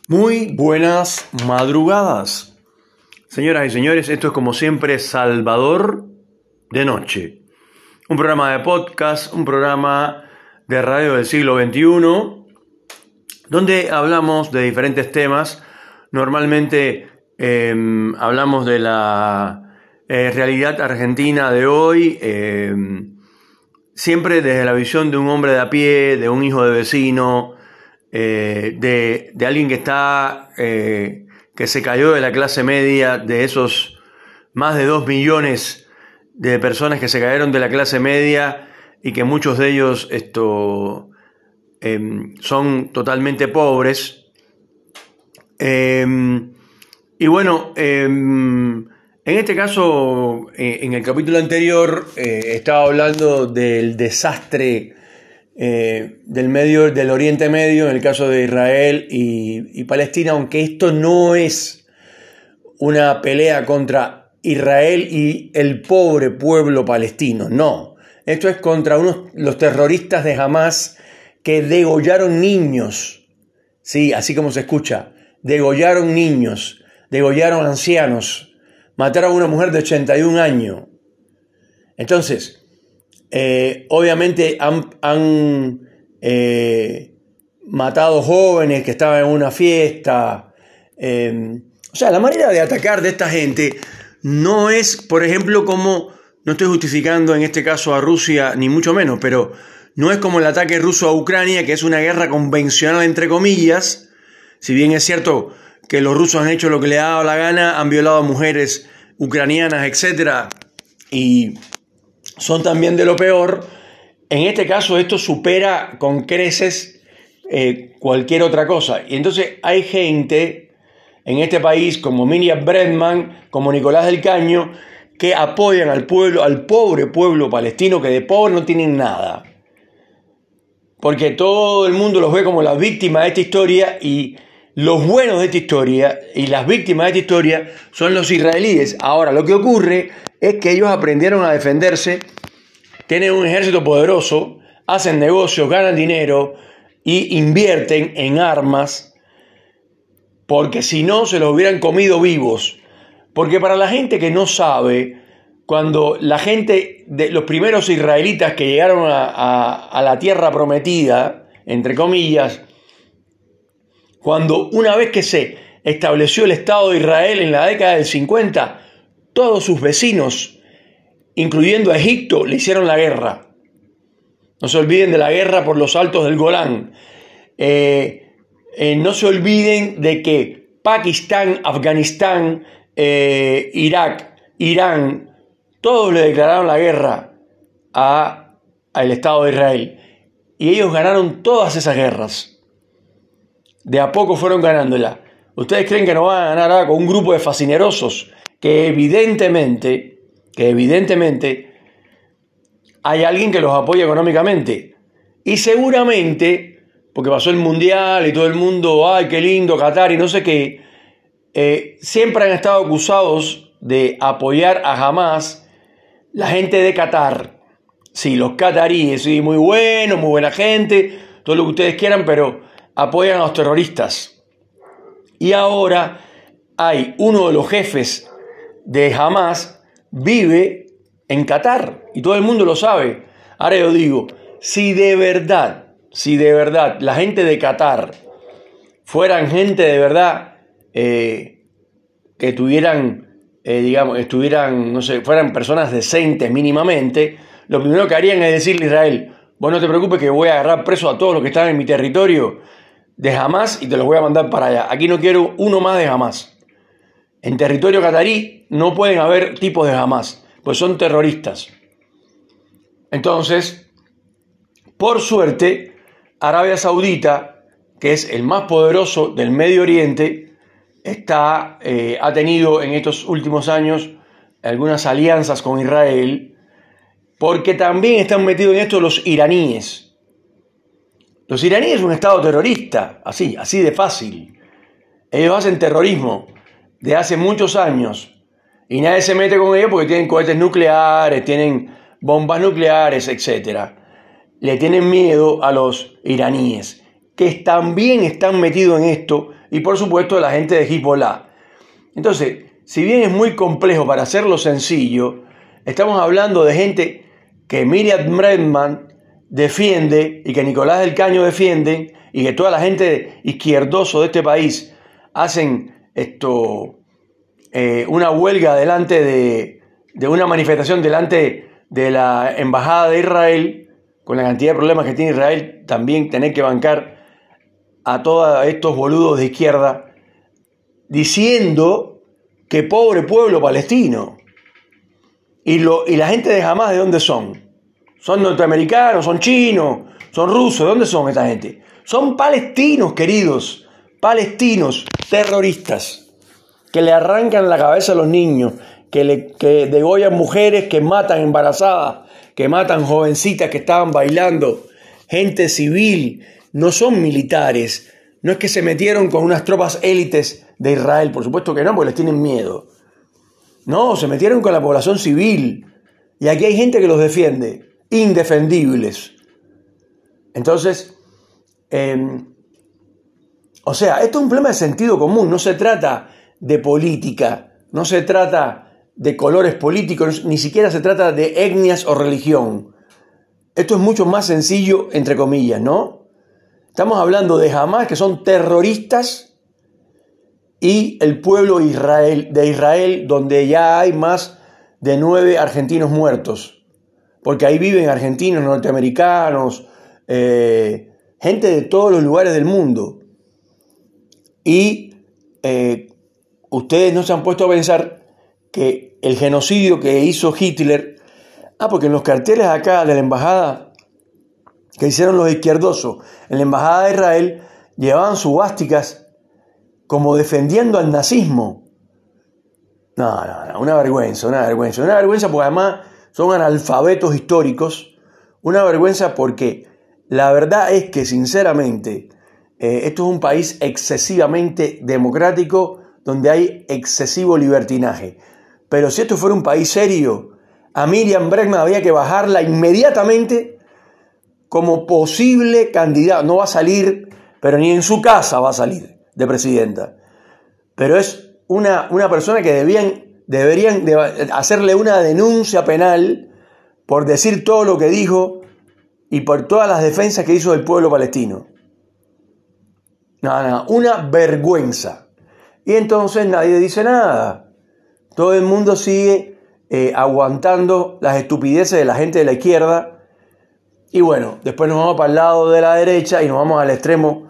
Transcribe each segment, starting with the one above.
Muy buenas madrugadas. Señoras y señores, esto es como siempre Salvador de Noche. Un programa de podcast, un programa de radio del siglo XXI, donde hablamos de diferentes temas. Normalmente hablamos de la realidad argentina de hoy, siempre desde la visión de un hombre de a pie, de un hijo de vecino, de alguien que está que se cayó de la clase media, de esos más de 2 millones de personas que se cayeron de la clase media y que muchos de ellos son totalmente pobres. Y bueno, en este caso, en el capítulo anterior estaba hablando del desastre del Oriente Medio, en el caso de Israel y Palestina, aunque esto no es una pelea contra Israel y el pobre pueblo palestino, no. Esto es contra los terroristas de Hamás que degollaron niños, sí, así como se escucha, degollaron niños, degollaron ancianos, mataron a una mujer de 81 años. Entonces, obviamente han matado jóvenes que estaban en una fiesta. O sea, la manera de atacar de esta gente no es, por ejemplo, como, no estoy justificando en este caso a Rusia, ni mucho menos, pero no es como el ataque ruso a Ucrania, que es una guerra convencional, entre comillas. Si bien es cierto que los rusos han hecho lo que les ha dado la gana, han violado a mujeres ucranianas, etc., y son también de lo peor. En este caso esto supera con creces cualquier otra cosa. Y entonces hay gente en este país como Miriam Bregman, como Nicolás del Caño, que apoyan al pueblo, al pobre pueblo palestino, que de pobre no tienen nada. Porque todo el mundo los ve como las víctimas de esta historia, y los buenos de esta historia y las víctimas de esta historia son los israelíes. Ahora, lo que ocurre es que ellos aprendieron a defenderse, tienen un ejército poderoso, hacen negocios, ganan dinero y invierten en armas, porque si no se los hubieran comido vivos. Porque para la gente que no sabe, cuando la gente, de los primeros israelitas que llegaron a la tierra prometida, entre comillas, cuando una vez que se estableció el Estado de Israel en la década del 50, todos sus vecinos, incluyendo a Egipto, le hicieron la guerra. No se olviden de la guerra por los altos del Golán. No se olviden de que Pakistán, Afganistán, Irak, Irán, todos le declararon la guerra al Estado de Israel. Y ellos ganaron todas esas guerras. De a poco fueron ganándola. ¿Ustedes creen que no van a ganar ahora con un grupo de fascinerosos que evidentemente hay alguien que los apoya económicamente? Y seguramente, porque pasó el Mundial y todo el mundo, ¡ay, qué lindo, Qatar y no sé qué! Siempre han estado acusados de apoyar a Hamás la gente de Qatar. Sí, los qataríes, sí, muy buenos, muy buena gente, todo lo que ustedes quieran, pero apoyan a los terroristas. Y ahora hay uno de los jefes de Hamás, vive en Qatar, y todo el mundo lo sabe. Ahora yo digo, si de verdad la gente de Qatar fueran gente de verdad que tuvieran, estuvieran, no sé, fueran personas decentes mínimamente, lo primero que harían es decirle a Israel: vos no te preocupes que voy a agarrar preso a todos los que están en mi territorio de Hamás y te los voy a mandar para allá. Aquí no quiero uno más de Hamás. En territorio catarí no pueden haber tipos de Hamás, pues son terroristas. Entonces, por suerte, Arabia Saudita, que es el más poderoso del Medio Oriente, ha tenido en estos últimos años algunas alianzas con Israel, porque también están metidos en esto los iraníes. Los iraníes son un estado terrorista, así de fácil. Ellos hacen terrorismo de hace muchos años y nadie se mete con ellos porque tienen cohetes nucleares, tienen bombas nucleares, etc. Le tienen miedo a los iraníes. que también están metidos en esto, y por supuesto la gente de Hezbollah. Entonces, si bien es muy complejo para hacerlo sencillo, estamos hablando de gente que Miriam Bregman defiende y que Nicolás del Caño defiende y que toda la gente izquierdoso de este país hacen una huelga delante de una manifestación delante de la embajada de Israel, con la cantidad de problemas que tiene Israel, también tener que bancar a todos estos boludos de izquierda diciendo que pobre pueblo palestino. Y la gente de Hamás, ¿de dónde son? ¿Son norteamericanos? ¿Son chinos? ¿Son rusos? ¿De dónde son esta gente? Son palestinos, queridos. Palestinos, terroristas, que le arrancan la cabeza a los niños, que degollan mujeres, que matan embarazadas, que matan jovencitas que estaban bailando, gente civil. No son militares. No es que se metieron con unas tropas élites de Israel, por supuesto que no, porque les tienen miedo. No, se metieron con la población civil. Y aquí hay gente que los defiende, indefendibles. Entonces, esto es un problema de sentido común. No se trata de política, no se trata de colores políticos, ni siquiera se trata de etnias o religión. Esto es mucho más sencillo, entre comillas, ¿no? Estamos hablando de Hamás, que son terroristas, y el pueblo de Israel, donde ya hay más de 9 argentinos muertos, porque ahí viven argentinos, norteamericanos, gente de todos los lugares del mundo. Y ustedes no se han puesto a pensar que el genocidio que hizo Hitler, porque en los carteles acá de la embajada que hicieron los izquierdosos en la embajada de Israel llevaban suásticas como defendiendo al nazismo. No, una vergüenza porque además son analfabetos históricos, una vergüenza porque la verdad es que sinceramente esto es un país excesivamente democrático donde hay excesivo libertinaje. Pero si esto fuera un país serio, a Miriam Bregman había que bajarla inmediatamente como posible candidata. No va a salir, pero ni en su casa va a salir de presidenta. Pero es una persona que deberían hacerle una denuncia penal por decir todo lo que dijo y por todas las defensas que hizo del pueblo palestino. Una vergüenza. Y entonces nadie dice nada. Todo el mundo sigue aguantando las estupideces de la gente de la izquierda. Y bueno, después nos vamos para el lado de la derecha y nos vamos al extremo.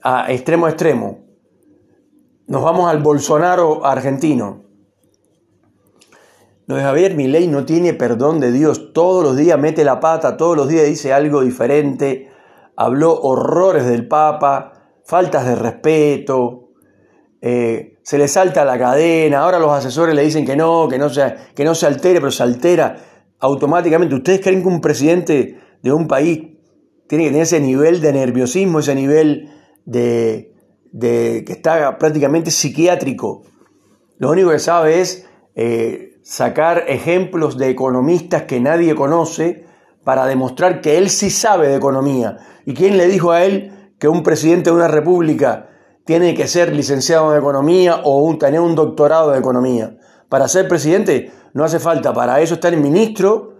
Nos vamos al Bolsonaro argentino. Lo de Javier Milei no tiene perdón de Dios. Todos los días mete la pata, todos los días dice algo diferente. Habló horrores del Papa, faltas de respeto. Se le salta la cadena. Ahora los asesores le dicen que no se altere, pero se altera automáticamente. ¿Ustedes creen que un presidente de un país tiene que tener ese nivel de nerviosismo, ese nivel de que está prácticamente psiquiátrico? Lo único que sabe es sacar ejemplos de economistas que nadie conoce para demostrar que él sí sabe de economía. ¿Y quién le dijo a él que un presidente de una república tiene que ser licenciado en economía o tener un doctorado de economía? Para ser presidente no hace falta. Para eso está el ministro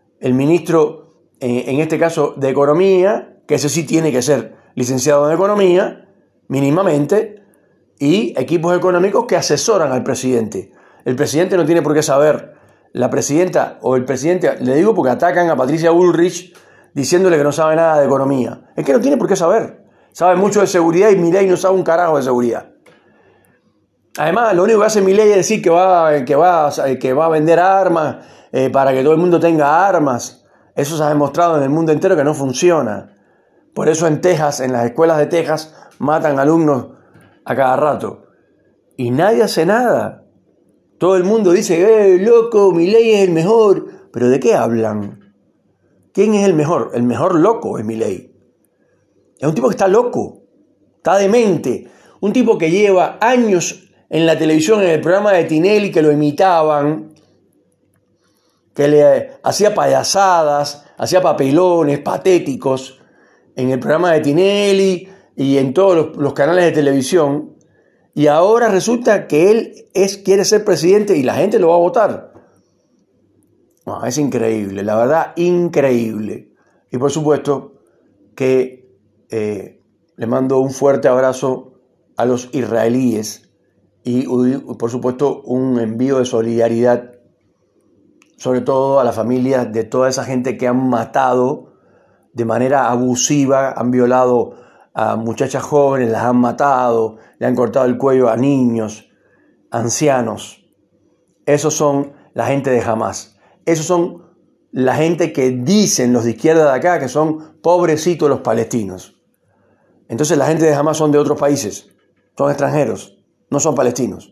en este caso de economía, que ese sí tiene que ser licenciado en economía mínimamente, y equipos económicos que asesoran al presidente. El presidente no tiene por qué saber. La presidenta o el presidente, le digo porque atacan a Patricia Bullrich diciéndole que no sabe nada de economía. Es que no tiene por qué saber. Sabe mucho de seguridad y Milei no sabe un carajo de seguridad. Además, lo único que hace Milei es decir que va a vender armas para que todo el mundo tenga armas. Eso se ha demostrado en el mundo entero que no funciona. Por eso en Texas, en las escuelas de Texas, matan alumnos a cada rato. Y nadie hace nada. Todo el mundo dice, loco, Milei es el mejor. ¿Pero de qué hablan? ¿Quién es el mejor? El mejor loco es Milei. Es un tipo que está loco, está demente. Un tipo que lleva años en la televisión, en el programa de Tinelli, que lo imitaban, que le hacía payasadas, hacía papelones patéticos en el programa de Tinelli, y en todos los canales de televisión, y ahora resulta que él quiere ser presidente y la gente lo va a votar. No, es increíble, la verdad, increíble. Y por supuesto que le mando un fuerte abrazo a los israelíes y por supuesto un envío de solidaridad, sobre todo a las familias de toda esa gente que han matado de manera abusiva, han violado a muchachas jóvenes, las han matado, le han cortado el cuello a niños, ancianos. Esos son la gente de Hamás. Esos son la gente que dicen los de izquierda de acá que son pobrecitos los palestinos. Entonces la gente de Hamás son de otros países, son extranjeros, no son palestinos.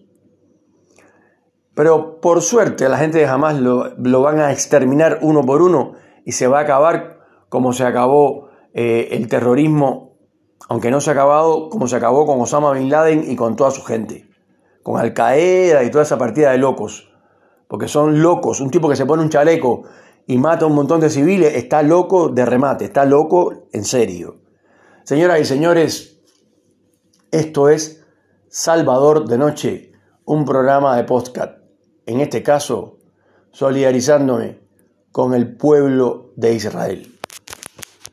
Pero por suerte a la gente de Hamás lo van a exterminar uno por uno y se va a acabar como se acabó el terrorismo, aunque no se ha acabado como se acabó con Osama Bin Laden y con toda su gente, con Al Qaeda y toda esa partida de locos, porque son locos. Un tipo que se pone un chaleco y mata a un montón de civiles está loco de remate, está loco en serio. Señoras y señores, esto es Salvador de Noche, un programa de podcast, en este caso solidarizándome con el pueblo de Israel.